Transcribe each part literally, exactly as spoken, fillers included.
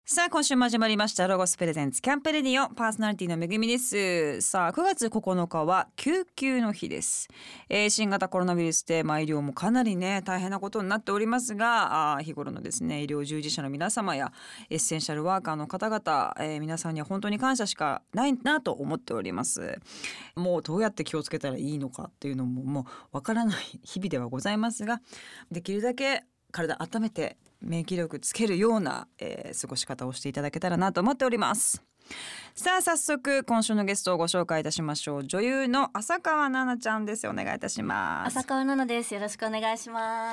さあ今週も始まりましたロゴスプレゼンツキャンプレディオ、パーソナリティのめぐみです。さあくがつここのかは救急の日です、えー、新型コロナウイルスで、まあ、医療もかなりね大変なことになっておりますが、あ日頃のですね医療従事者の皆様やエッセンシャルワーカーの方々、えー、皆さんには本当に感謝しかないなと思っております。もうどうやって気をつけたらいいのかっていうのももうわからない日々ではございますが、できるだけ体温めて免疫力つけるような、えー、過ごし方をしていただけたらなと思っております。さあ早速今週のゲストをご紹介いたしましょう。女優の浅川奈々ちゃんです。お願いいたします。 浅川奈々です。よろしくお願いします。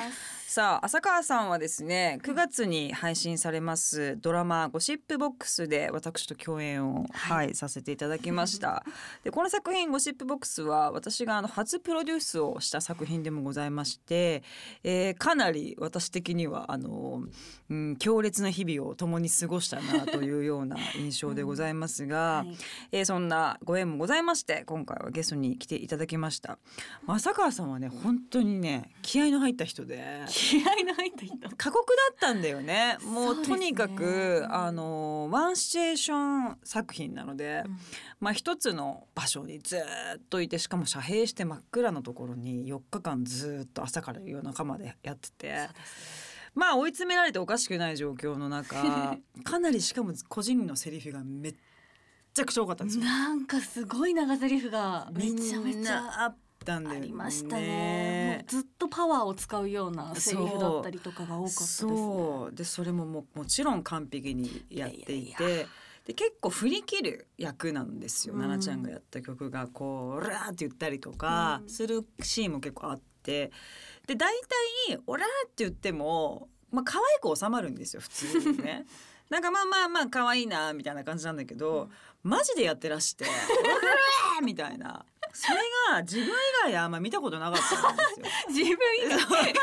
さあ浅川さんはですねくがつに配信されますドラマゴシップボックスで私と共演を、はいはい、させていただきましたでこの作品ゴシップボックスは私があの初プロデュースをした作品でもございまして、えー、かなり私的にはあの、うん、強烈な日々を共に過ごしたなというような印象でございますが、うんはいえー、そんなご縁もございまして今回はゲストに来ていただきました。浅川さんはね本当にね気合いの入った人で気合の入った人過酷だったんだよね。もうとにかくあのワンシチュエーション作品なので、うん、まあ一つの場所にずっといてしかも遮蔽して真っ暗なところによっかかんずっと朝から夜中までやってて、ね、まあ追い詰められておかしくない状況の中かなりしかも個人のセリフがめっちゃくちゃ多かったんですよ。 なんかすごい長セリフがめちゃめちゃありましたね。もうずっとパワーを使うようなセリフだったりとかが多かったですね。 そうでそれも も, もちろん完璧にやっていていやいやいやで結構振り切る役なんですよ、うん、奈々ちゃんがやった曲がこうオラーって言ったりとかするシーンも結構あってで大体オラーって言っても、まあ可愛く収まるんですよ普通にねなんかまあまあまあ可愛いなみたいな感じなんだけど、うん、マジでやってらしてオラーみたいなそれが自分以外あんま見たことなかったんですよ自分以外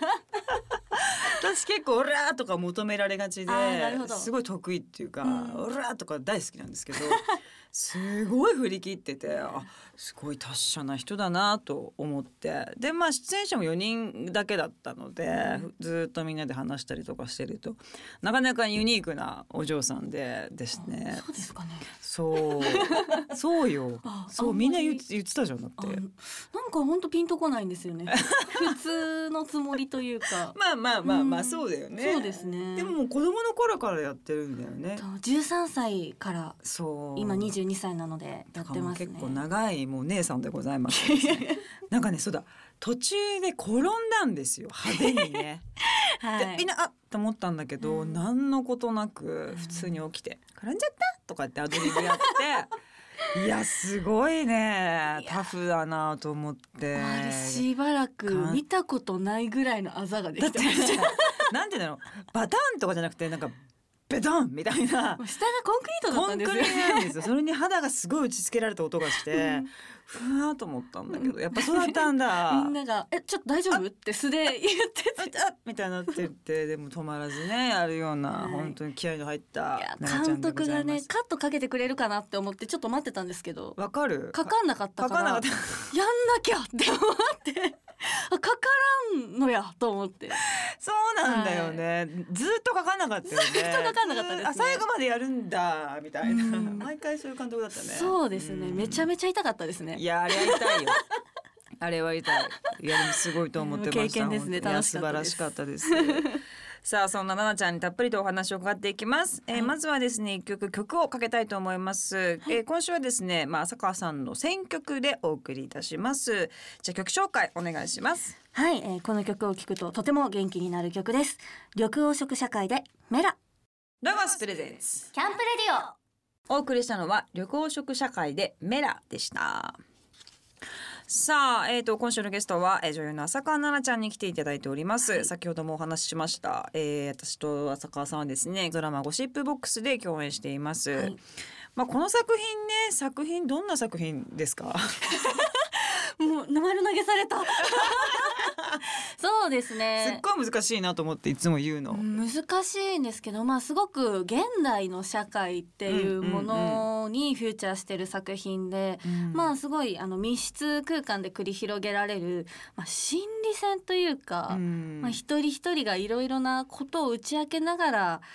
私結構オラーとか求められがちですごい得意っていうか、うん、オラーとか大好きなんですけどすごい振り切っててあすごい達者な人だなと思ってでまあ出演者もよにんだけだったので、うん、ずっとみんなで話したりとかしてるとなかなかユニークなお嬢さんでですね。 そうですかね。 そうそうよそうみんな言って言ってたじゃんだってなんか本当ピンとこないんですよね普通のつもりというかまあまあまあまあそうだよね、 うん、そうですね。 でももう子供の頃からやってるんだよね。 じゅうさんさいからそう今にじゅうにさいなのでやってますね。 結構長いもう姉さんでございます、ね、なんかねそうだ途中で転んだんですよ派手にね、はい、でみんなあっと思ったんだけど、うん、何のことなく普通に起きて、うん、転んじゃったとかってアドリブやっていやすごいねタフだなと思ってあれしばらく見たことないぐらいのあざができてましたなんていうのバタンとかじゃなくてなんかベトンみたいな下がコンクリートだったんですよ。 コンクリなんですよ。それに肌がすごい打ち付けられた音がして、うん、ふわーと思ったんだけどやっぱそうだったんだみんながえちょっと大丈夫って素で言っててあみたいになってってでも止まらずねやるような、はい、本当に気合いの入った監督がねカットかけてくれるかなって思ってちょっと待ってたんですけどわかるかかんなかったからやんなきゃって思ってかからんのやと思ってそうなんだよね、はい、ずっとかかんなかったよねずっとかかんなかったですね。 あ最後までやるんだみたいな、うん、毎回そういう監督だったね。 そうですね、うん、めちゃめちゃ痛かったですね。 いやあれは痛いよあれは痛い。いやでもすごいと思ってました。 経験ですね。楽しかったです。 素晴らしかったですさあそんな奈々ちゃんにたっぷりとお話を伺っていきます、はいえー、まずはですね一曲曲をかけたいと思います、はいえー、今週はですね、まあ、浅川さんの選曲でお送りいたします。じゃあ曲紹介お願いします。 はい、えー、この曲を聴くととても元気になる曲です。緑黄色社会でメラ。 ロゴスプレゼンツキャンプレディオお送りしたのは緑黄色社会でメラでした。さあ、えー、と今週のゲストは、えー、女優の浅川奈々ちゃんに来ていただいております、はい、先ほどもお話ししました、えー、私と浅川さんはですねドラマゴシップボックスで共演しています、はいまあ、この作品ね作品どんな作品ですかもう丸投げされたそうですねすっごい難しいなと思っていつも言うの難しいんですけど、まあ、すごく現代の社会っていうものにフューチャーしてる作品で、うんうんうん、まあすごいあの密室空間で繰り広げられる、まあ、心理戦というか、うんまあ、一人一人がいろいろなことを打ち明けながら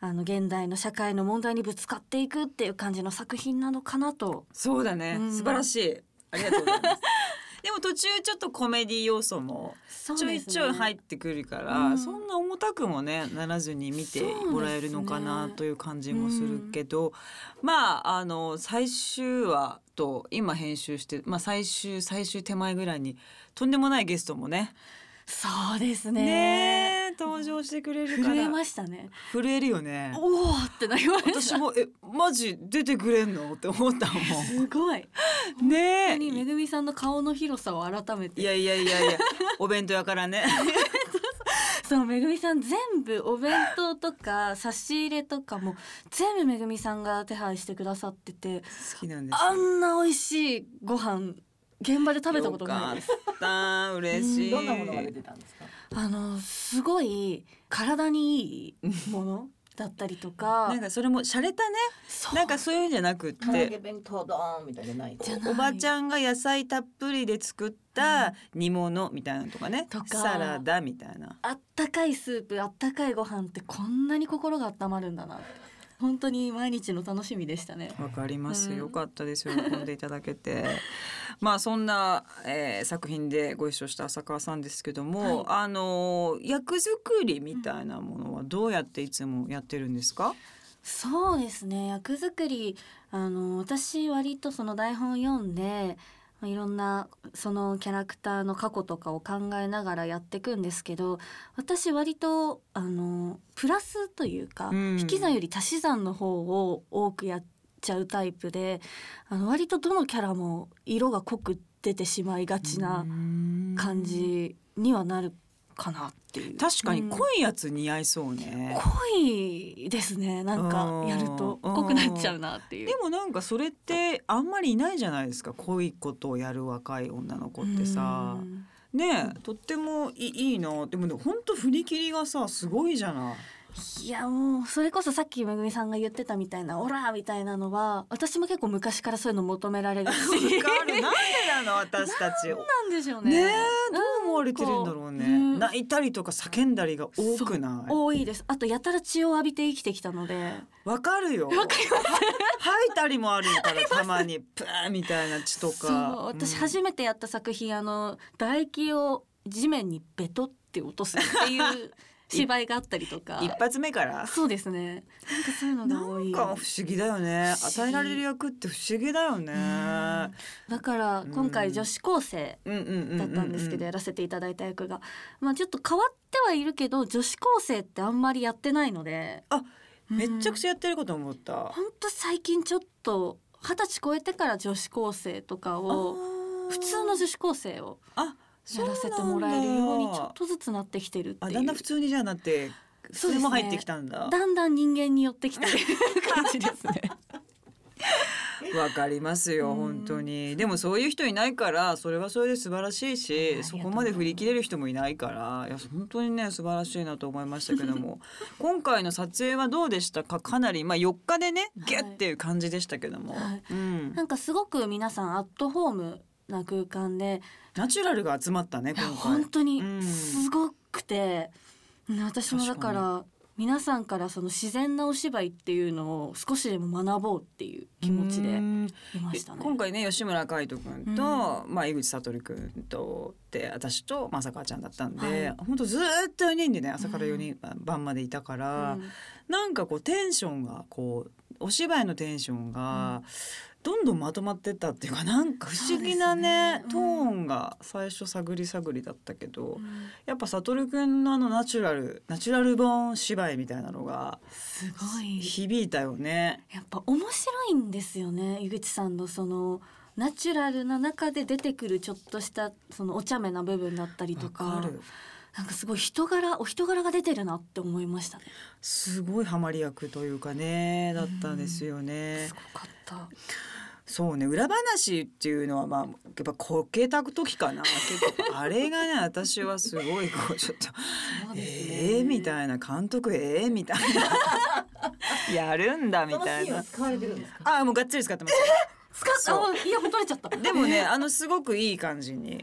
あの現代の社会の問題にぶつかっていくっていう感じの作品なのかなと。 そうだね、うん、素晴らしい、ありがとうございますでも途中ちょっとコメディ要素もちょいちょい入ってくるから、ね、そんな重たくもねならずに見てもらえるのかなという感じもするけど、ね、うん、まああの最終話と今編集して、まあ、最終最終手前ぐらいにとんでもないゲストもね、 そうですねね登場してくれるから震えましたね。 震えるよね。 おーってなりました。 私もえマジ出てくれんのって思ったもんすごいね。本当にめぐみさんの顔の広さを改めて。 いやいやいやいやお弁当やからねそうめぐみさん全部お弁当とか差し入れとかも全部めぐみさんが手配してくださってて、 好きなんです。 あんな美味しいご飯現場で食べたことないです。 よかった嬉しい。 どんなものが出てたんですか？ あのすごい体にいいものだったりとかなんかそれも洒落たね、なんかそういうんじゃなくって唐揚げ弁当ドーンみたいじゃないじゃないおばちゃんが野菜たっぷりで作った煮物みたいなのとかね、 とかサラダみたいな、 あったかいスープあったかいご飯ってこんなに心が温まるんだなって、本当に毎日の楽しみでしたね。 わかります、 うん、 よかったですよ喜んでいただけてまあそんな、えー、作品でご一緒した浅川さんですけども、はい、あの役作りみたいなものはどうやっていつもやってるんですか？ そうですね、役作りあの私割とその台本読んでいろんなそのキャラクターの過去とかを考えながらやっていくんですけど、私割とあのプラスというか、うん、引き算より足し算の方を多くやっちゃうタイプで、あの割とどのキャラも色が濃く出てしまいがちな感じにはなるかなっていう。 確かに濃いやつ似合いそうね、 うん、濃いですね、なんかやると濃くなっちゃうなっていう。 でもなんかそれってあんまりいないじゃないですか、濃いことをやる若い女の子ってさ、ねえとってもい い, いいな。でもねほんと振り切りがさすごいじゃない。 いやもうそれこそさっきめぐみさんが言ってたみたいなオラーみたいなのは私も結構昔からそういうの求められるしわかる。なんでなの私たち。 なんなんでしょうね。 ねえどう思われてるんだろうね、うん、泣いたりとか叫んだりが多くない？ 多いです。あとやたら血を浴びて生きてきたので。 わかるよ。 わかります吐いたりもあるからたまにプーみたいな血とか。 そう私初めてやった作品、うん、あの唾液を地面にベトって落とすっていう芝居があったりとか一発目から。 そうですね、なんかそういうのが多い。 なんか不思議だよね、与えられる役って不思議だよね。 だから今回女子高生だったんですけど、やらせていただいた役が、まあ、ちょっと変わってはいるけど女子高生ってあんまりやってないので。 あ、めっちゃくちゃやってること思った。 本当最近ちょっと二十歳超えてから女子高生とかを普通の女子高生をあやらせてもらえるようにちょっとずつなってきてるっていう。 あだんだん普通にじゃなってそれも入ってきたんだ、 ね、だんだん人間に寄ってきてる感じですね。 わかりますよ本当に。でもそういう人いないからそれはそれで素晴らしいし、そこまで振り切れる人もいないから、いや本当にね素晴らしいなと思いましたけども今回の撮影はどうでしたか？かなり、まあ、よっかでねギュッっていう感じでしたけども、はいはいうん、 なんかすごく皆さんアットホームな空間でナチュラルが集まったね今回。 本当にすごくて、うん、私もだから皆さんからその自然なお芝居っていうのを少しでも学ぼうっていう気持ちでいましたね。 今回ね吉村海人君と、まあ、井口悟君とで私と浅川ちゃんだったんで、はい、本当ずっとよにんでね朝からよにん晩までいたから、うん、なんかこうテンションがこうお芝居のテンションが、うんどんどんまとまってったっていうか、なんか不思議な ね, ね、うん、トーンが最初探り探りだったけど、うん、やっぱ悟くんのあのナチュラルナチュラルボーン芝居みたいなのがすごい響いたよね。 やっぱ面白いんですよね井口さんのそのナチュラルな中で出てくるちょっとしたそのお茶目な部分だったりとか。わかる。なんかすごい人柄お人柄が出てるなって思いましたね。 すごいハマり役というかねだったんですよね。 すごかった。 そうね裏話っていうのはまあやっぱこけた時かな結構あれがね私はすごいこうちょっとえーみたいな監督えーみたいなやるんだみたいな。 使われてるんですか？ あもうがっつり使ってます。 使った。イヤホン取れちゃった。 でもねあのすごくいい感じに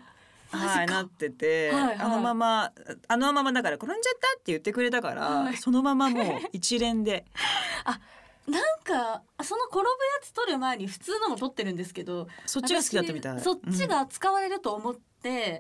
はい、なってて、 はいはい、 あのままあのままだから転んじゃったって言ってくれたから、はい、そのままもう一連であ、なんかその転ぶやつ取る前に普通のも取ってるんですけど、 そっちが好きだったみたい。 そっちが使われると思って、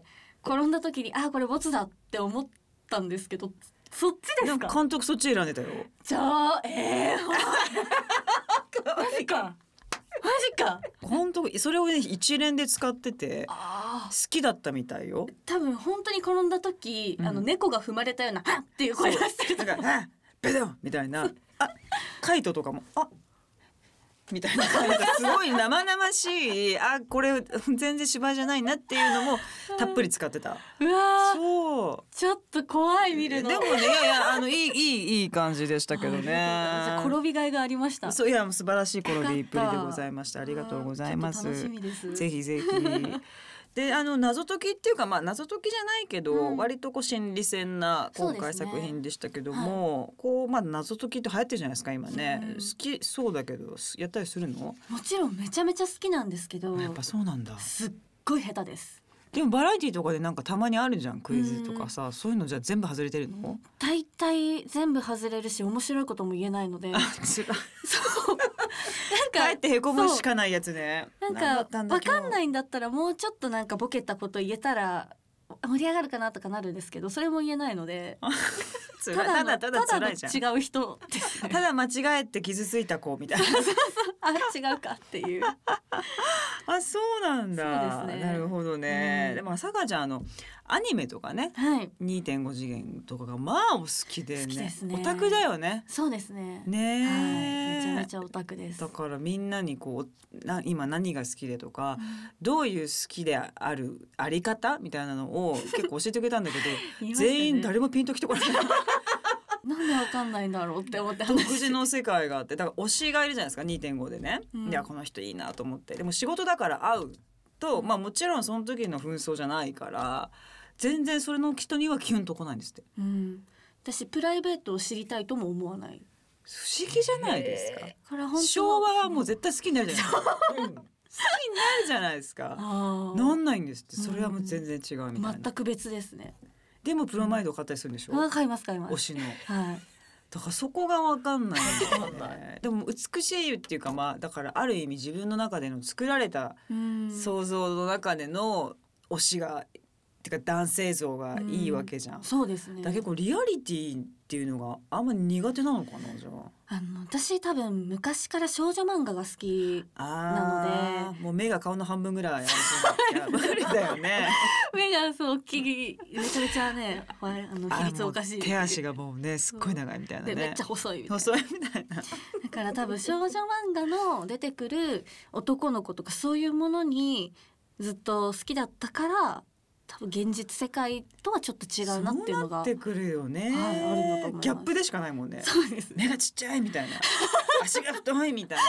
うん、転んだ時にあこれボツだって思ったんですけど、そっちですか？ 監督そっち選んでたよ。 じゃあえー、マジかマジか。 監督それを、ね、一連で使ってて好きだったみたいよ。 多分本当に転んだ時、うん、あの猫が踏まれたようなはっっていう声出してる。 なんかベドンみたいなあカイトとかもあみたいな感じですごい生々しいあこれ全然芝居じゃないなっていうのもたっぷり使ってた。 うわそうちょっと怖い見るの。 でもねいやいやあのいいいいいい感じでしたけどね。じゃ転びがいがありました。 そういや素晴らしい転びっぷりでございました。ありがとうございます。 楽しみです。 ぜひぜひであの謎解きっていうか、まあ、謎解きじゃないけど、うん、割とこう心理戦な今回作品でしたけども、ね、こうまあ、謎解きって流行ってるじゃないですか今ね、うん、好きそうだけどやったりするの？ もちろんめちゃめちゃ好きなんですけど、 やっぱそうなんだ。 すっごい下手です。 でもバラエティとかでなんかたまにあるじゃんクイズとかさ、うん、そういうのじゃ全部外れてるの？ 大体全部外れるし面白いことも言えないのでつらそうなんか帰ってへこむしかないやつね。 なんか分かんないんだったらもうちょっとなんかボケたこと言えたら盛り上がるかなとかなるんですけど、それも言えないのでただのただ辛いじゃん。違う人です、ね、 ただ間違えて傷ついた子みたいなあ違うかっていうあそうなんだ。 そうですね、 なるほどね、うん、でもさかちゃんあのアニメとかね、 はい、 にてんご 次元とかがまあお好きでね。 好きですね。 オタクだよね。 そうですね。 ね、 はい、めちゃめちゃオタクです。 だからみんなにこうな今何が好きでとか、うん、どういう好きであるあり方みたいなのを結構教えてくれたんだけど、ね、全員誰もピンときてこないなんでわかんないんだろうって思って独自の世界があって、だから推しがいるじゃないですか にてんご でね、うん、いやこの人いいなと思って、でも仕事だから会うと、まあもちろんその時の紛争じゃないから全然それの人にはキュンとこないんですって、 うん、私プライベートを知りたいとも思わない。 不思議じゃないですか。 から本当昭和はもう絶対好きになるじゃないですか、うん、好きになるじゃないですかなんないんですって。それはもう全然違うみたいな、 うん、全く別ですね。 でもプロマイドを買ったりするんでしょ、 うん、買います買います推しの、 はい、 だからそこが分かんないんだよねでも美しいっていうか、まあだからある意味自分の中での作られた想像の中での推しがてか男性像がいいわけじゃん。 そうですね。 だけどリアリティっていうのがあんまり苦手なのかな。じゃああの私多分昔から少女漫画が好きなので、 もう目が顔の半分ぐらいあるいや無理だよね目がそう大きいめちゃめちゃねあの比率おかしい。 手足がもうねすっごい長いみたいなね。 でめっちゃ細いみたいな。 細いみたいなだから多分少女漫画の出てくる男の子とかそういうものにずっと好きだったから多分現実世界とはちょっと違うなっていうのがそうなってくるよね、 はい、あるんだと思います。 ギャップでしかないもんね。 そうです、ね、 目がちっちゃいみたいな足が太いみたいな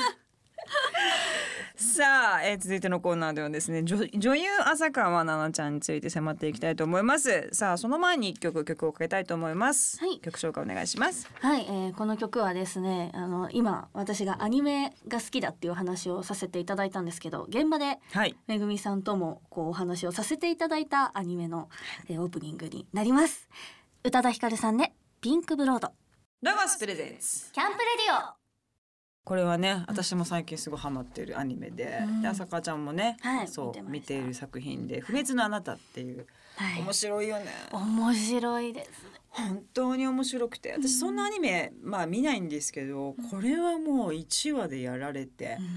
さあ、えー、続いてのコーナーではですね 女, 女優浅川奈々ちゃんについて迫っていきたいと思います。さあその前に一曲曲をかけたいと思います、はい、曲紹介お願いします。 はい、えー、この曲はですねあの今私がアニメが好きだっていう話をさせていただいたんですけど、現場でめぐみさんともこうお話をさせていただいたアニメの、えー、オープニングになります。宇多田ヒカルさんでピンクブロード。 ロゴスプレゼンツキャンプレディオ。 これはね私も最近すごいハマってるアニメで、うん、で浅川ちゃんもね、はい、そう見ている作品で不滅のあなたっていう、はい、面白いよね。 面白いですね。 本当に面白くて、私そんなアニメ、うん、まあ見ないんですけど、これはもういちわでやられて、うん、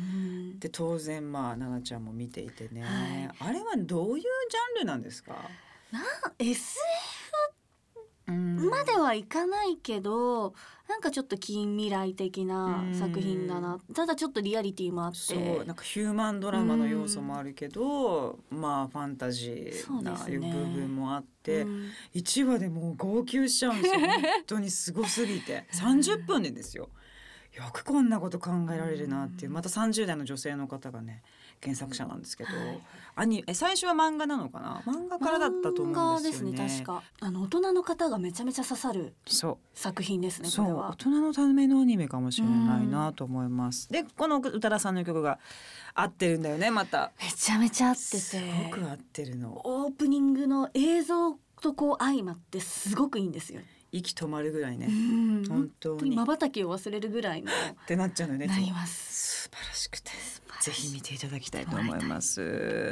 で当然まあ奈々ちゃんも見ていてね、はい、あれはどういうジャンルなんですか？ な エスエフ まではいかないけどなんかちょっと近未来的な作品だな。ただちょっとリアリティもあって、 そうなんかヒューマンドラマの要素もあるけど、まあファンタジーな部分もあって、いちわでもう号泣しちゃうんですよ本当にすごすぎてさんじゅっぷんでですよ。 よくこんなこと考えられるなっていう、またさんじゅう代の女性の方がね原作者なんですけど、 はい、 アニえ最初は漫画なのかな、漫画からだったと思うんですよね。 漫画ですね、確かあの大人の方がめちゃめちゃ刺さる作品ですね。 そうこれは大人のためのアニメかもしれないなと思います。でこの宇多田さんの曲が合ってるんだよね。まためちゃめちゃ合ってて、 すごく合ってるの。 オープニングの映像とこう相まってすごくいいんですよ。 息止まるぐらいね、 うん本当に瞬きを忘れるぐらいのってなっちゃうのね。 なります。 素晴らしくてぜひ見ていただきたいと思います。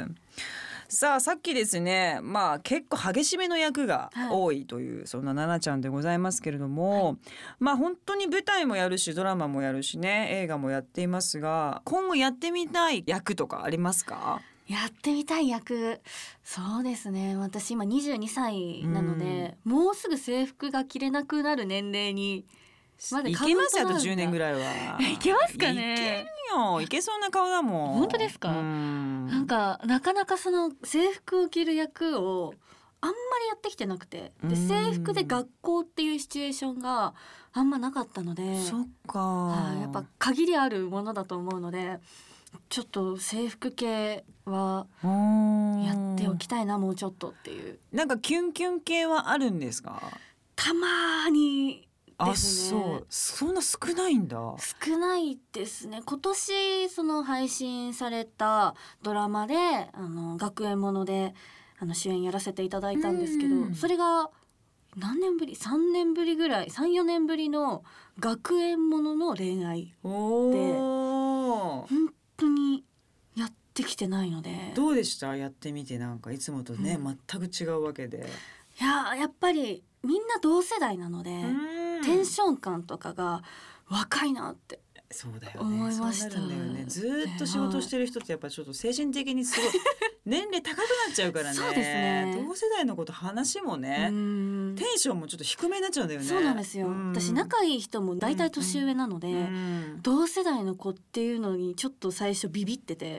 さあさっきですね、まあ結構激しめの役が多いという、はい、そんな奈々ちゃんでございますけれども、はい、まあ本当に舞台もやるしドラマもやるしね、映画もやっていますが、今後やってみたい役とかありますか？ やってみたい役、そうですね、私今にじゅうにさいなので、うん、もうすぐ制服が着れなくなる年齢にまだいけますよ。あとじゅうねんぐらいはいけますかね。 いけるよ、いけそうな顔だもん。 本当ですか？んなんかなかなかその制服を着る役をあんまりやってきてなくて、で制服で学校っていうシチュエーションがあんまなかったので、 そっか、 やっぱ限りあるものだと思うので、ちょっと制服系はやっておきたいな、もうちょっとっていう。 なんかキュンキュン系はあるんですか？ たまにですね。 あ、そう、そんな少ないんだ。 少ないですね。今年その配信されたドラマであの学園ものであの主演やらせていただいたんですけど、それが何年ぶりさんねんぶりぐらい さん,よ 年ぶりの学園ものの恋愛で、本当にやってきてないので。 どうでした？やってみて。なんかいつもとね、うん、全く違うわけで。 いややっぱりみんな同世代なので、テンション感とかが若いなってそうだよね、 思いました。 そうなるんだよね。ずっと仕事してる人ってやっぱちょっと精神的にすごい年齢高くなっちゃうからね。 そうですね。 同世代のこと話もね、テンションもちょっと低めになっちゃうんだよね。 そうなんですよ。私仲いい人も大体年上なので、うんうん、同世代の子っていうのにちょっと最初ビビってて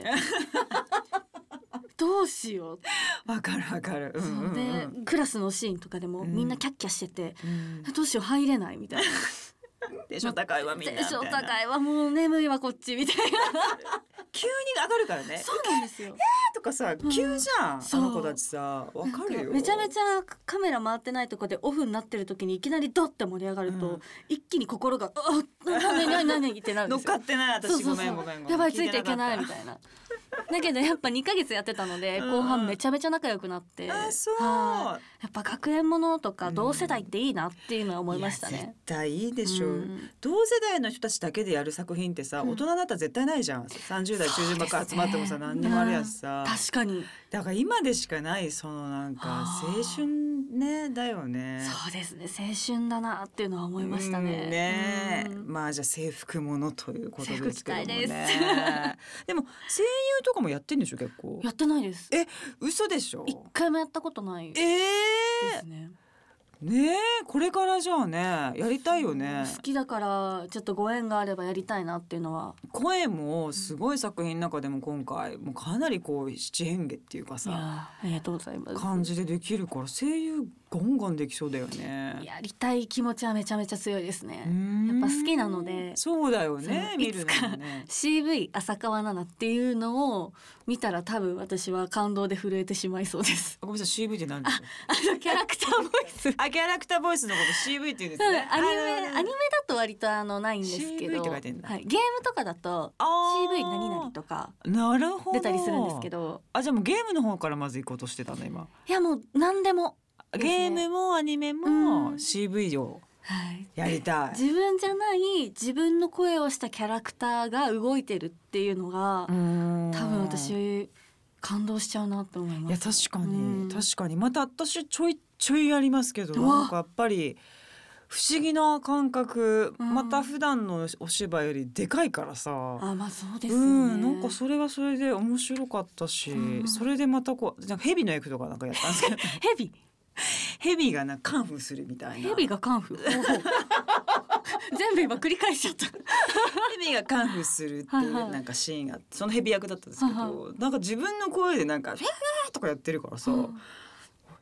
どうしよう。わかるわかる、うんうんうん、 でクラスのシーンとかでもみんなキャッキャしてて、うん、どうしよう入れないみたいなテンション高いわみんなみたいな。 テンション高いわ、もう眠いわこっちみたいな急に上がるからね。 そうなんですよ。 えーとかさ、急じゃん、うん、あの子たちさ、わかるよ。 めちゃめちゃカメラ回ってないとこでオフになってる時にいきなりドッて盛り上がると、うん、一気に心があなになになにってなるんですよ。 乗っかってない私。そうそうそう、ごめんごめんごめん、 やばいついていけないみたいなだけどやっぱにかげつやってたので、うん、後半めちゃめちゃ仲良くなって、 あ、そう、 やっぱ学園ものとか同世代っていいなっていうのは思いましたね。 うん、絶対いいでしょう、うん、同世代の人たちだけでやる作品ってさ、うん、大人だったら絶対ないじゃん。さんじゅう代中旬ばっか集まってもさ、何にもあるやつさ、 うん、確かに。 だから今でしかないそのなんか青春ねだよね。 そうですね、青春だなっていうのは思いましたね。 うんね、うん、まあじゃあ制服ものということですけどもね。 制服着たいですでも声優とかもやってんでしょ？結構やってないです。 え、嘘でしょ？ 一回もやったことないですね。 えーねえ、これからじゃあねやりたいよね。 好きだからちょっとご縁があればやりたいなっていうのは。 声もすごい作品の中でも今回もうかなりこう七変化っていうかさ、 ありがとうございます、 感じでできるから声優ガンガンできそうだよね。 やりたい気持ちはめちゃめちゃ強いですね。やっぱ好きなので。 そうだよね、見るのね。 いつか シーブイ 浅川奈々っていうのを見たら多分私は感動で震えてしまいそうです。 ごめんなさい、 シーブイ って何ですか？ あのキャラクターボイスあ、キャラクターボイスのこと シーブイ って言うんですね。 アニメアニメだと割とあのないんですけど、 シーブイ って書いてんだ、 はい、ゲームとかだと シーブイ 何々とかなるほど出たりするんですけど。 あ、じゃあもうゲームの方からまず行こうとしてたの今。 いやもう何でも、 ね、ゲームもアニメも シーブイ をやりたい、はい、 自分じゃない自分の声をしたキャラクターが動いてるっていうのが多分私感動しちゃうなと思います。 いや確かに確かに。また私ちょいちょいやりますけど、なんかやっぱり不思議な感覚、また普段のお芝居よりでかいからさ、 あ、まあそうですよね、 うん、なんかそれはそれで面白かったし、うん、それでまたこうなんかヘビの役とかなんかやったんですけどヘビヘビがなカンフーするみたいな。 ヘビがカンフー全部今繰り返しちゃったヘビがカンフーするっていうなんかシーンがあって、そのヘビ役だったんですけど、なんか自分の声でなんかフェーとかやってるからさ、うん、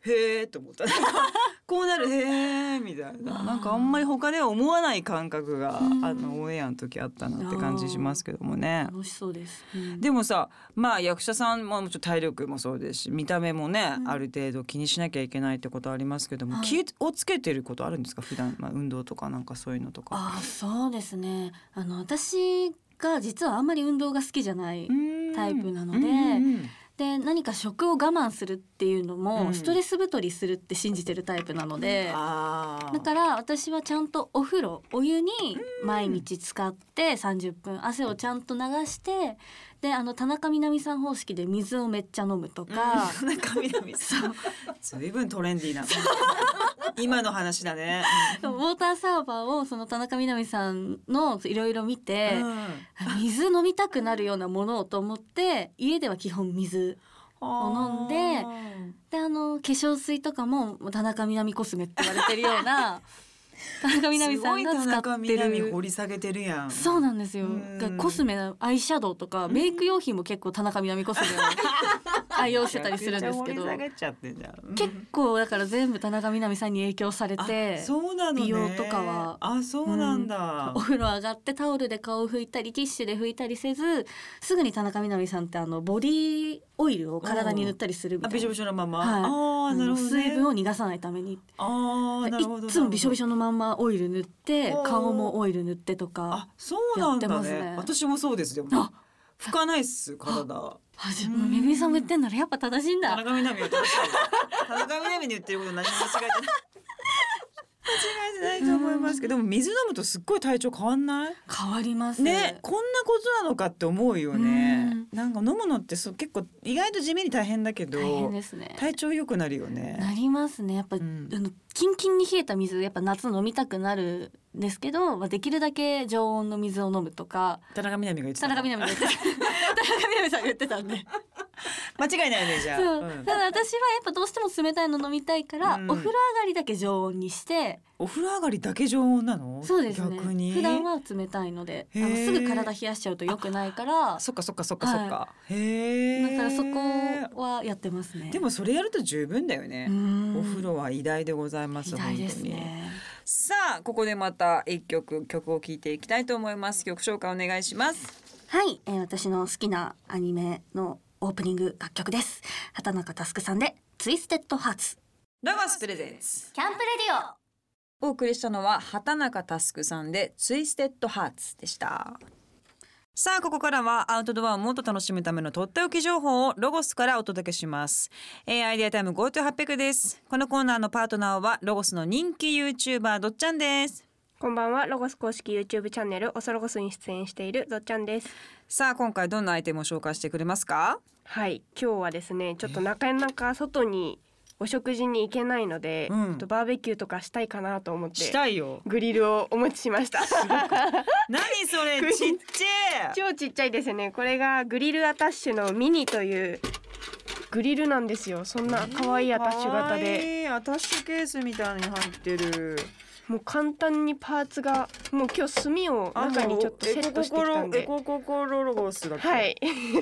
へーと思ったこうなるへーみたいな、なんかあんまり他では思わない感覚があのオンエアの時あったなって感じしますけどもね。 楽しそうです、うん、 でもさ、まあ役者さんももちろん体力もそうですし見た目もね、うん、ある程度気にしなきゃいけないってことありますけども、はい、気をつけてることあるんですか普段、まあ、運動とかなんかそういうのとか。 あ、そうですね、あの私が実はあんまり運動が好きじゃないタイプなので、で何か食を我慢するっていうのもストレス太りするって信じてるタイプなので、うん、だから私はちゃんとお風呂お湯に毎日使ってさんじゅっぷん汗をちゃんと流して、であの田中みな実さん方式で水をめっちゃ飲むとか、 うん、田中みな実さん随分トレンディーな今の話だねウォーターサーバーをその田中みな実さんのいろいろ見て、うん、水飲みたくなるようなものをと思って家では基本水を飲んで、であの化粧水とかも田中みな実コスメって言われてるような田中みな実さんが使ってる、すごい田中みな実掘り下げてるやん。 そうなんですよ。コスメアイシャドウとかメイク用品も結構田中みな実コスメを愛用してたりするんですけど結構だから全部田中みな実さんに影響されて、 そうなのね、 美容とかはあ、そうなんだ、 うん、お風呂上がってタオルで顔を拭いたりティッシュで拭いたりせず、すぐに田中みな実さんってあのボディオイルを体に塗ったりするみたいな、 びしょびしょのまま、 はい、あ、なるほどね、水分を逃がさないために、 あ、なるほど、 いつもびしょびしょのままオイル塗って顔もオイル塗ってとか、 あ、そうなんだね。私もそうです。でも拭かないっす体。 あ、じゃあめぐみさんが言ってんならやっぱ正しいんだ。 田中みな実は正しい田中みな実に言ってること何も間違えてない間違えてないと思いますけど、でも水飲むとすっごい体調変わんない？ 変わりますね。こんなことなのかって思うよね。なんか飲むのってそう結構意外と地味に大変だけど大変ですね。 体調良くなるよね。 なりますね。やっぱ、うん、あのキンキンに冷えた水やっぱ夏飲みたくなるんですけど、まあ、できるだけ常温の水を飲むとか。 田中みな実が言ってた。 田中みな実が言ってた田中みな実さんが言ってたんで間違いないね。じゃあ、 そう、うん、ただ私はやっぱどうしても冷たいの飲みたいから、うん、お風呂上がりだけ常温にして。 お風呂上がりだけ常温なの？ そうですね。 逆に普段は冷たいので、あのすぐ体冷やしちゃうと良くないから。 そっかそっかそっかそっか、 はい、へえ。だからそこはやってますね。 でもそれやると十分だよね。お風呂は偉大でございます。 偉大ですね。 さあここでまた一曲曲を聴いていきたいと思います。曲紹介お願いします。 はい、えー、私の好きなアニメのオープニング楽曲です。畑中佑さんでツイステッドハーツ。 ロゴスプレゼンツキャンプレディオ。 お送りしたのは畑中佑さんでツイステッドハーツでした。さあここからはアウトドアをもっと楽しむためのとっておき情報をロゴスからお届けします。 エーアイ アイデアタイム ゴートゥーはっぴゃく です。このコーナーのパートナーはロゴスの人気 YouTuber どっちゃんです。 こんばんは。ロゴス公式 YouTube チャンネルおそロゴスに出演しているどっちゃんです。 さあ今回どんなアイテムを紹介してくれますか？ はい、今日はですねちょっとなかなか外にお食事に行けないので、うん、ちょっとバーベキューとかしたいかなと思ってしたいよグリルをお持ちしました何それちっちゃい超ちっちゃいですね。これがグリルアタッシュのミニというグリルなんですよ。そんな可愛いアタッシュ型で、 えー、アタッシュケースみたいに入ってる。 もう簡単にパーツがもう今日炭を中にちょっとセットしてきたんで、 エコココロロゴスだっけ？ はい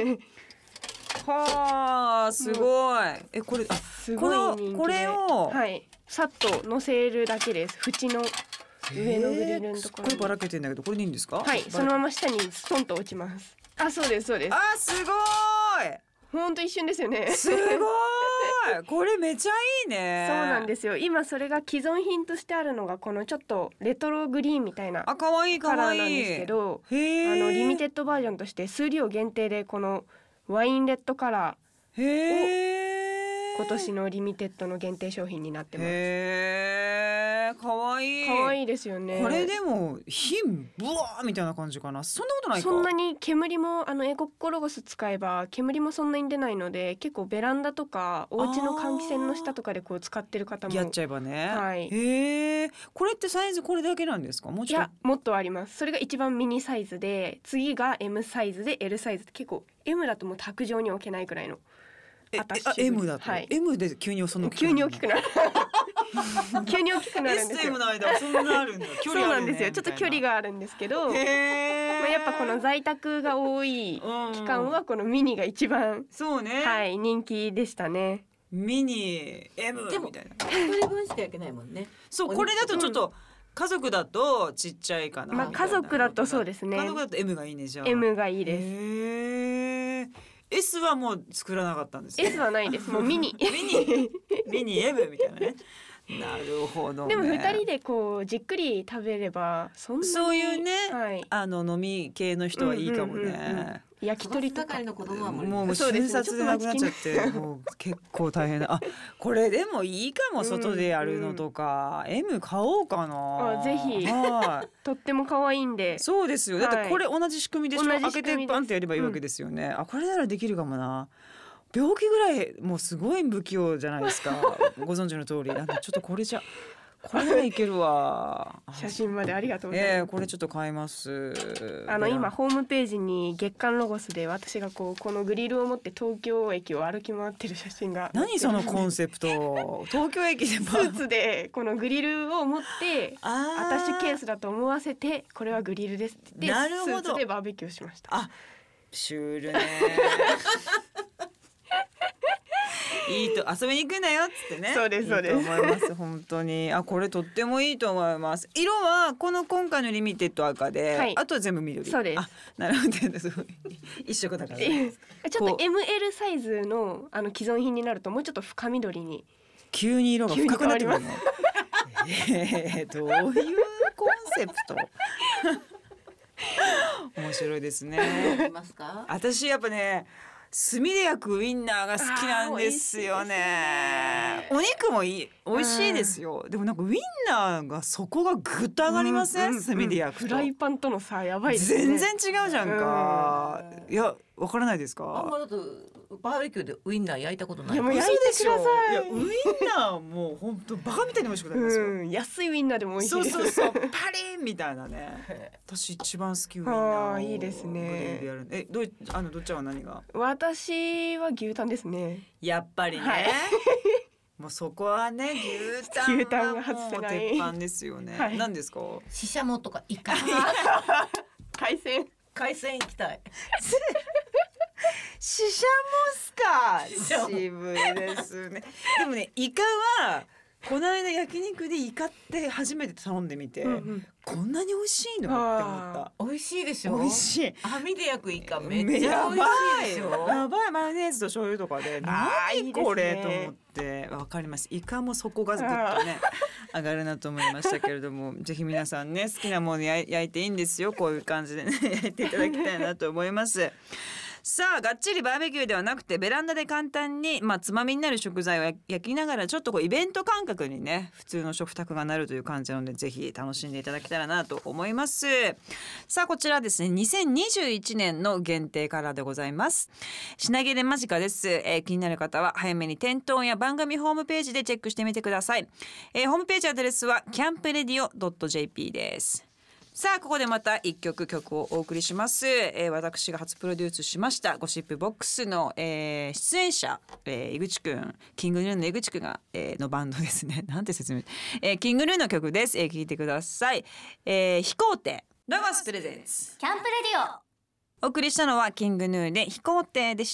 はあすごい。えこれあすごい人気でこれをはいさっと乗せるだけです。縁の上のグリルのところに。 こればらけてんだけどこれでいいんですか？ はい、そのまま下にストンと落ちます。あ、そうですそうです。 あ、すごい。 ほんと一瞬ですよね。 すごいこれめちゃいいね。 そうなんですよ。今それが既存品としてあるのがこのちょっとレトログリーンみたいなあかわいいかわいいカラーなんですけど、 へーあのリミテッドバージョンとして数量限定でこのワインレッドカラーを今年のリミテッドの限定商品になってます。 へーかわいい。 かわいいですよね。 これでも火ブワーみたいな感じかな。そんなことないか。 そんなに煙もあのエコッコロゴス使えば煙もそんなに出ないので、結構ベランダとかお家の換気扇の下とかでこう使ってる方もやっちゃえばね、 はい、 へーこれってサイズこれだけなんですか？もうちょっと。 いやもっとあります。それが一番ミニサイズで次が エム サイズで エル サイズって結構 エム だともう卓上に置けないくらいのアタッシュ。 ええ エム だと、 はい、 エム で急にその急に大きくなる急に大きくなるんですよ。 エス と エム の間はそんなあるんだ距離あるね。 そうなんですよ。ちょっと距離があるんですけど、 へー、 まあ、やっぱこの在宅が多い期間はこのミニが一番、 そうね、 はい、人気でしたね。 ミニ M でもみたいな。 一人分しか焼けないもんね。 そうこれだとちょっと家族だとちっちゃいかなみたいな。 まあ家族だとそうですね。 家族だと M がいいねじゃあ。 M がいいです。 へー S はもう作らなかったんですね。 S はないです。もうミニミニミニ M みたいなね。なるほどね。 でもふたりでこうじっくり食べればそんなにそういうね、 はい、 あの飲み系の人はいいかもね。 うんうんうんうん、焼き鳥とかの子供はもうもう瞬殺でなくなっちゃってもう結構大変だ。あこれでもいいかも外でやるのとか、うんうん、M 買おうかな。 あぜひ、はい、とっても可愛いんで。 そうですよ。だってこれ同じ仕組みでしょ、はい、開けてパンってやればいいわけですよね、うん、あこれならできるかもな。病気ぐらいもうすごい不器用じゃないですかご存知の通り。なんかちょっとこれじゃこれならいけるわ。 写真までありがとうございます。 えー、これちょっと買います。 あの今ホームページに月刊ロゴスで私がこうこのグリルを持って東京駅を歩き回ってる写真が。 何そのコンセプト東京駅でスーツでこのグリルを持ってアタッシュケースだと思わせてこれはグリルですって言ってスーツでバーベキューしました。 あシュールねいいと遊びに行くんだよっつってね。 そうですそうです。 いいと思います本当に。あこれとってもいいと思います。色はこの今回のリミテッド赤で、はい、あとは全部緑。 そうです。 あなるほど一色だから、ね、 ちょっと エムエル サイズのあの既存品になるともうちょっと深緑に急に色が深くなってくるのえー、どういうコンセプト面白いですね。私やっぱね炭で焼くウインナーが好きなんですよね。お肉もいい美味しいですよ。でもなんかウインナーが底がぐっと上がりません、うんうんうん、炭で焼くと。 フライパンとの差やばいですね。 全然違うじゃんか、うん、いやわからないですか。 あんまだとバーベキューでウインナー焼いたことない。いやもう焼いてください。 いやウインナーもう本当バカみたいに美味しくなりますよ、うん、 安いウインナーでも美味しいです。 そうそうそうパリンみたいなね私一番好きウインナーをいいですね。 えどうあのどっちは何が。 私は牛タンですね。 やっぱりね、はい、もうそこはね牛タン牛タンが外せない鉄板ですよね、はい、何ですか。 シシャモとかイカ海鮮海鮮行きたいシシャモスか渋いですね。でもねイカはこの間焼肉でイカって初めて頼んでみて、うんうん、こんなに美味しいのって思った。 美味しいでしょ。 美味しい。 網で焼くイカめっちゃ美味しいでしょ。 やばいマヨネーズと醤油とかで何これと思ってわかります。イカも底がぐっとね上がるなと思いましたけれどもぜひ皆さんね好きなもの焼いていいんですよ。こういう感じでね焼いていただきたいなと思います。さあがっちりバーベキューではなくてベランダで簡単に、まあ、つまみになる食材を焼きながらちょっとこうイベント感覚にね普通の食卓がなるという感じなのでぜひ楽しんでいただけたらなと思います。さあこちらですねにせんにじゅういちねんの限定カラーでございます。品切れ間近です、えー、気になる方は早めに店頭や番組ホームページでチェックしてみてください、えー、ホームページアドレスはキャンプレディオ ドット ジェーピー です。さあここでまた一曲曲をお送りします、えー、私が初プロデュースしましたゴシップボックスの、えー、出演者、えー、井口くんキングヌーの井口くんが、えー、のバンドですねなんて説明、えー、キングヌーの曲です、えー、聞いてください、えー、飛行艇ロゴスプレゼンツキャンプレディオ。 お送りしたのはキングヌーで飛行艇でした。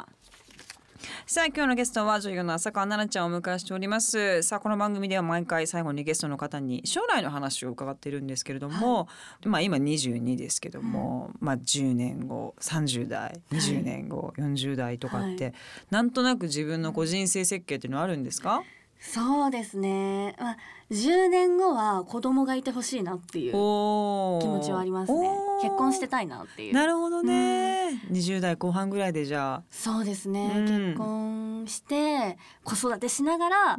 さあ今日のゲストは女優の浅川奈々ちゃんをお迎えしております。さあこの番組では毎回最後にゲストの方に将来の話を伺っているんですけれども、はい、まあ今にじゅうにですけども、はい、まあじゅうねんごさんじゅう代にじゅうねんご、はい、よんじゅう代とかって、はい、なんとなく自分の個人生設計っていうのはあるんですか。 そうですね、まあ、じゅうねんごは子供がいてほしいなっていう気持ちはありますね。結婚してたいなっていう。 なるほどね、うん、にじゅう代後半ぐらいでじゃあそうですね、うん、結婚して子育てしながら、うん、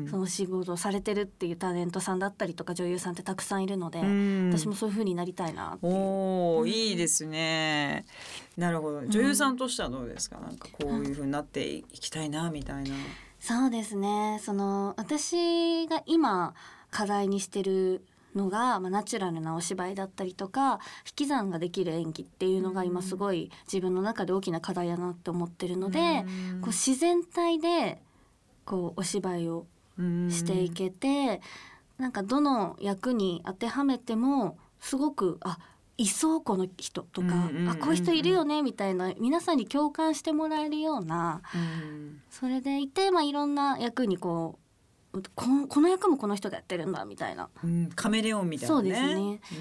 その仕事をされてるっていうタレントさんだったりとか女優さんってたくさんいるので、うん、私もそういう風になりたいなっていう。 おー、いいですね。なるほど。女優さんとしてはどうですか、なんかこういう風になっていきたいなみたいな。 そうですね、その私が今課題にしてるのが、まあ、ナチュラルなお芝居だったりとか引き算ができる演技っていうのが今すごい自分の中で大きな課題だなって思ってるので、こう自然体でこうお芝居をしていけて、なんかどの役に当てはめてもすごくあいそうこの人とか、 うんうんうんうん、 あこういう人いるよねみたいな皆さんに共感してもらえるような、うん、それでいて、まあ、いろんな役にこう こ, この役もこの人がやってるんだみたいな、 うん、カメレオンみたいなね。 そうですね、 うん、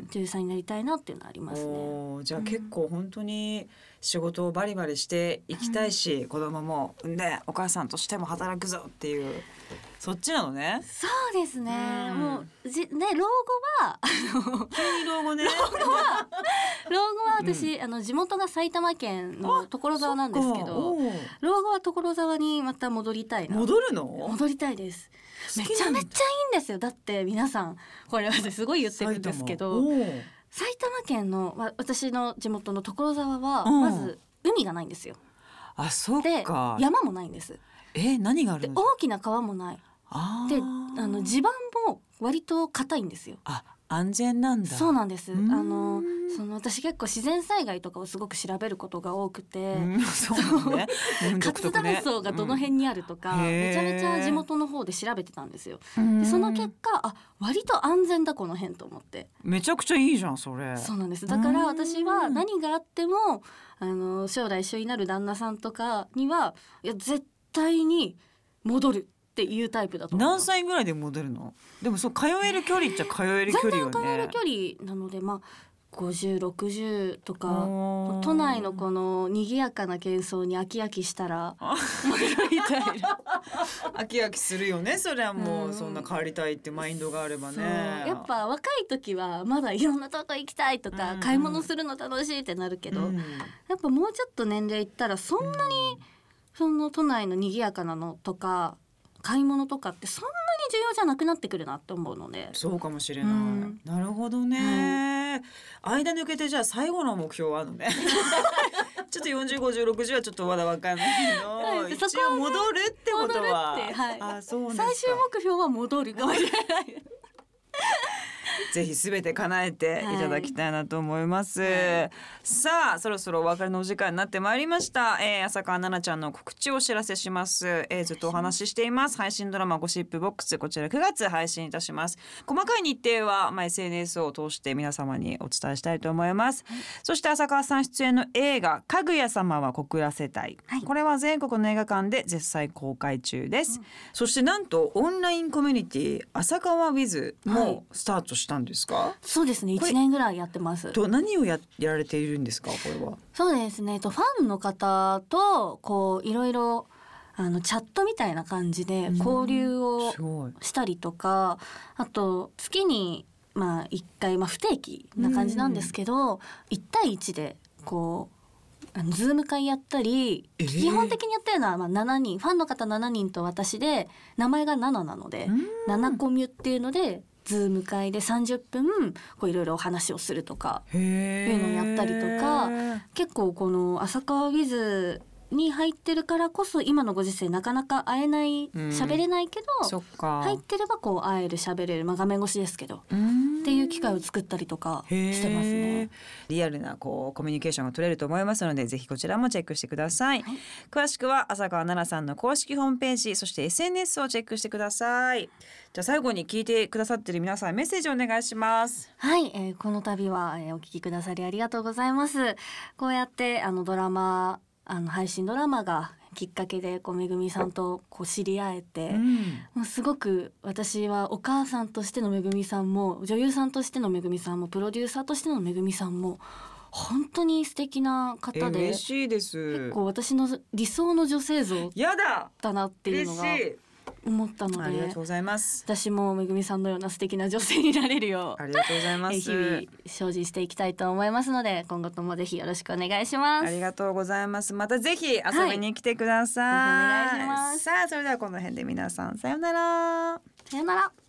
女優さんになりたいなっていうのありますね。 おじゃあ結構本当に仕事をバリバリしていきたいし、うん、子供も産んでお母さんとしても働くぞっていうそっちなのね。 そうですね、うん、もうじね老後は急に老後ね老後は老後は私、うん、あの地元が埼玉県の所沢なんですけど、老後は所沢にまた戻りたいな。 戻るの？ 戻りたいです。めちゃめちゃいいんですよ。だって皆さんこれ私すごい言ってるんですけど、埼玉県の私の地元の所沢はまず海がないんですよ。 あ、そうか。 で山もないんです。 え、何があるの？ で大きな川もない。 あであの地盤も割と硬いんですよ。 あ、安全なんだ。 そうなんです。あのその私結構自然災害とかをすごく調べることが多くて、 うん、そうね、 活断層がどの辺にあるとか、うん、めちゃめちゃ地元の方で調べてたんですよ。でその結果、あ、割と安全だこの辺と思って。 めちゃくちゃいいじゃんそれ。そうなんです。だから私は何があってもあの将来一緒になる旦那さんとかにはいや絶対に戻るっていうタイプだと思う。 何歳ぐらいで戻るの？でもそう通える距離っちゃ通える距離よね。 全然通える距離なので、まあごじゅう、ろくじゅうとか都内のこの賑やかな喧騒に飽き飽きしたら戻りたいな。 飽き飽きするよね。それはもうそんな変わりたいってマインドがあればね。 やっぱ若い時はまだいろんなとこ行きたいとか、うん、買い物するの楽しいってなるけど、うん、やっぱもうちょっと年齢いったらそんなに、うん、その都内の賑やかなのとか買い物とかってそんなに重要じゃなくなってくるなと思うので。 そうかもしれない、うん、なるほどね、はい、間抜けてじゃあ最後の目標はあるのねちょっとよんじゅう、ごじゅう、ろくじゅうはちょっとまだ分かんないけど、はい、一応戻るってことは、 はい、 あ、そうですか。 最終目標は戻るかもしれないぜひすべて叶えていただきたいなと思います、はい、さあそろそろお別れのお時間になってまいりました、えー、浅川奈々ちゃんの告知をお知らせします、えー、ずっとお話ししています配信ドラマゴシップボックス、こちらくがつ配信いたします。細かい日程は、まあ、エスエヌエス を通して皆様にお伝えしたいと思います、はい、そして浅川さん出演の映画かぐや様は小倉世帯、はい、これは全国の映画館で絶賛公開中です、うん、そしてなんとオンラインコミュニティ浅川ウィズもスタートしたんですか？はい、 そうですね、いちねんぐらいやってます。 と何を や, やられているんですか？これは。 そうですね、とファンの方とこういろいろあのチャットみたいな感じで交流をしたりとか、あと月にまあいっかい、まあ、不定期な感じなんですけど、いち対いちでこうあのズーム会やったり、えー、基本的にやってるのはまあしちにん、ファンの方しちにんと私で名前がなななのでななコミュっていうのでズーム会でさんじゅっぷんこういろいろお話をするとかいうのをやったりとか、結構この浅川ウィズに入ってるからこそ今のご時世なかなか会えない喋れないけど、入ってればこう会える喋れる、まあ、画面越しですけどっていう機会を作ったりとかしてますね。 リアルなこうコミュニケーションが取れると思いますので、ぜひこちらもチェックしてください、はい、詳しくは浅川奈々さんの公式ホームページ、そして エスエヌエス をチェックしてください。じゃあ最後に聞いてくださっている皆さんメッセージをお願いします。 はい、えー、この度は、えー、お聞きくださりありがとうございます。こうやってあのドラマあの配信ドラマがきっかけでこうめぐみさんとこう知り合えて、うん、もうすごく私はお母さんとしてのめぐみさんも女優さんとしてのめぐみさんもプロデューサーとしてのめぐみさんも本当に素敵な方で、 嬉しいです。 結構私の理想の女性像だなっていうのが思ったので、 ありがとうございます。 私もめぐみさんのような素敵な女性になれるようありがとうございます日々精進していきたいと思いますので、今後ともぜひよろしくお願いします。 ありがとうございます。またぜひ遊びに来てください、 はい、お願いします。 さあそれではこの辺で皆さんさよなら。 さよなら。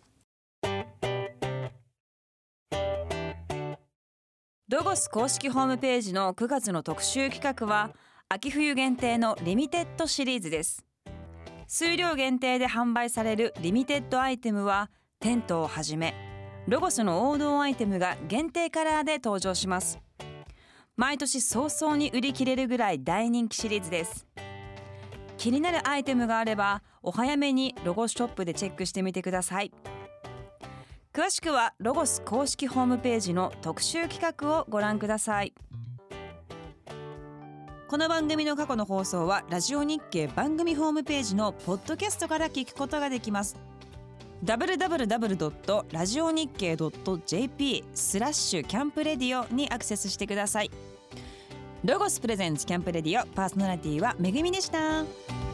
ロゴス公式ホームページのくがつの特集企画は秋冬限定のリミテッドシリーズです。数量限定で販売されるリミテッドアイテムはテントをはじめロゴスの王道アイテムが限定カラーで登場します。毎年早々に売り切れるぐらい大人気シリーズです。気になるアイテムがあればお早めにロゴスショップでチェックしてみてください。 詳しくはロゴス公式ホームページの特集企画をご覧ください。この番組の過去の放送はラジオ日経番組ホームページのポッドキャストから聞くことができます。ダブリューダブリューダブリュードットラジオ日経ドットジェーピースラッシュキャンプレディオにアクセスしてください。ロゴスプレゼンツキャンプレディオ、パーソナリティはめぐみでした。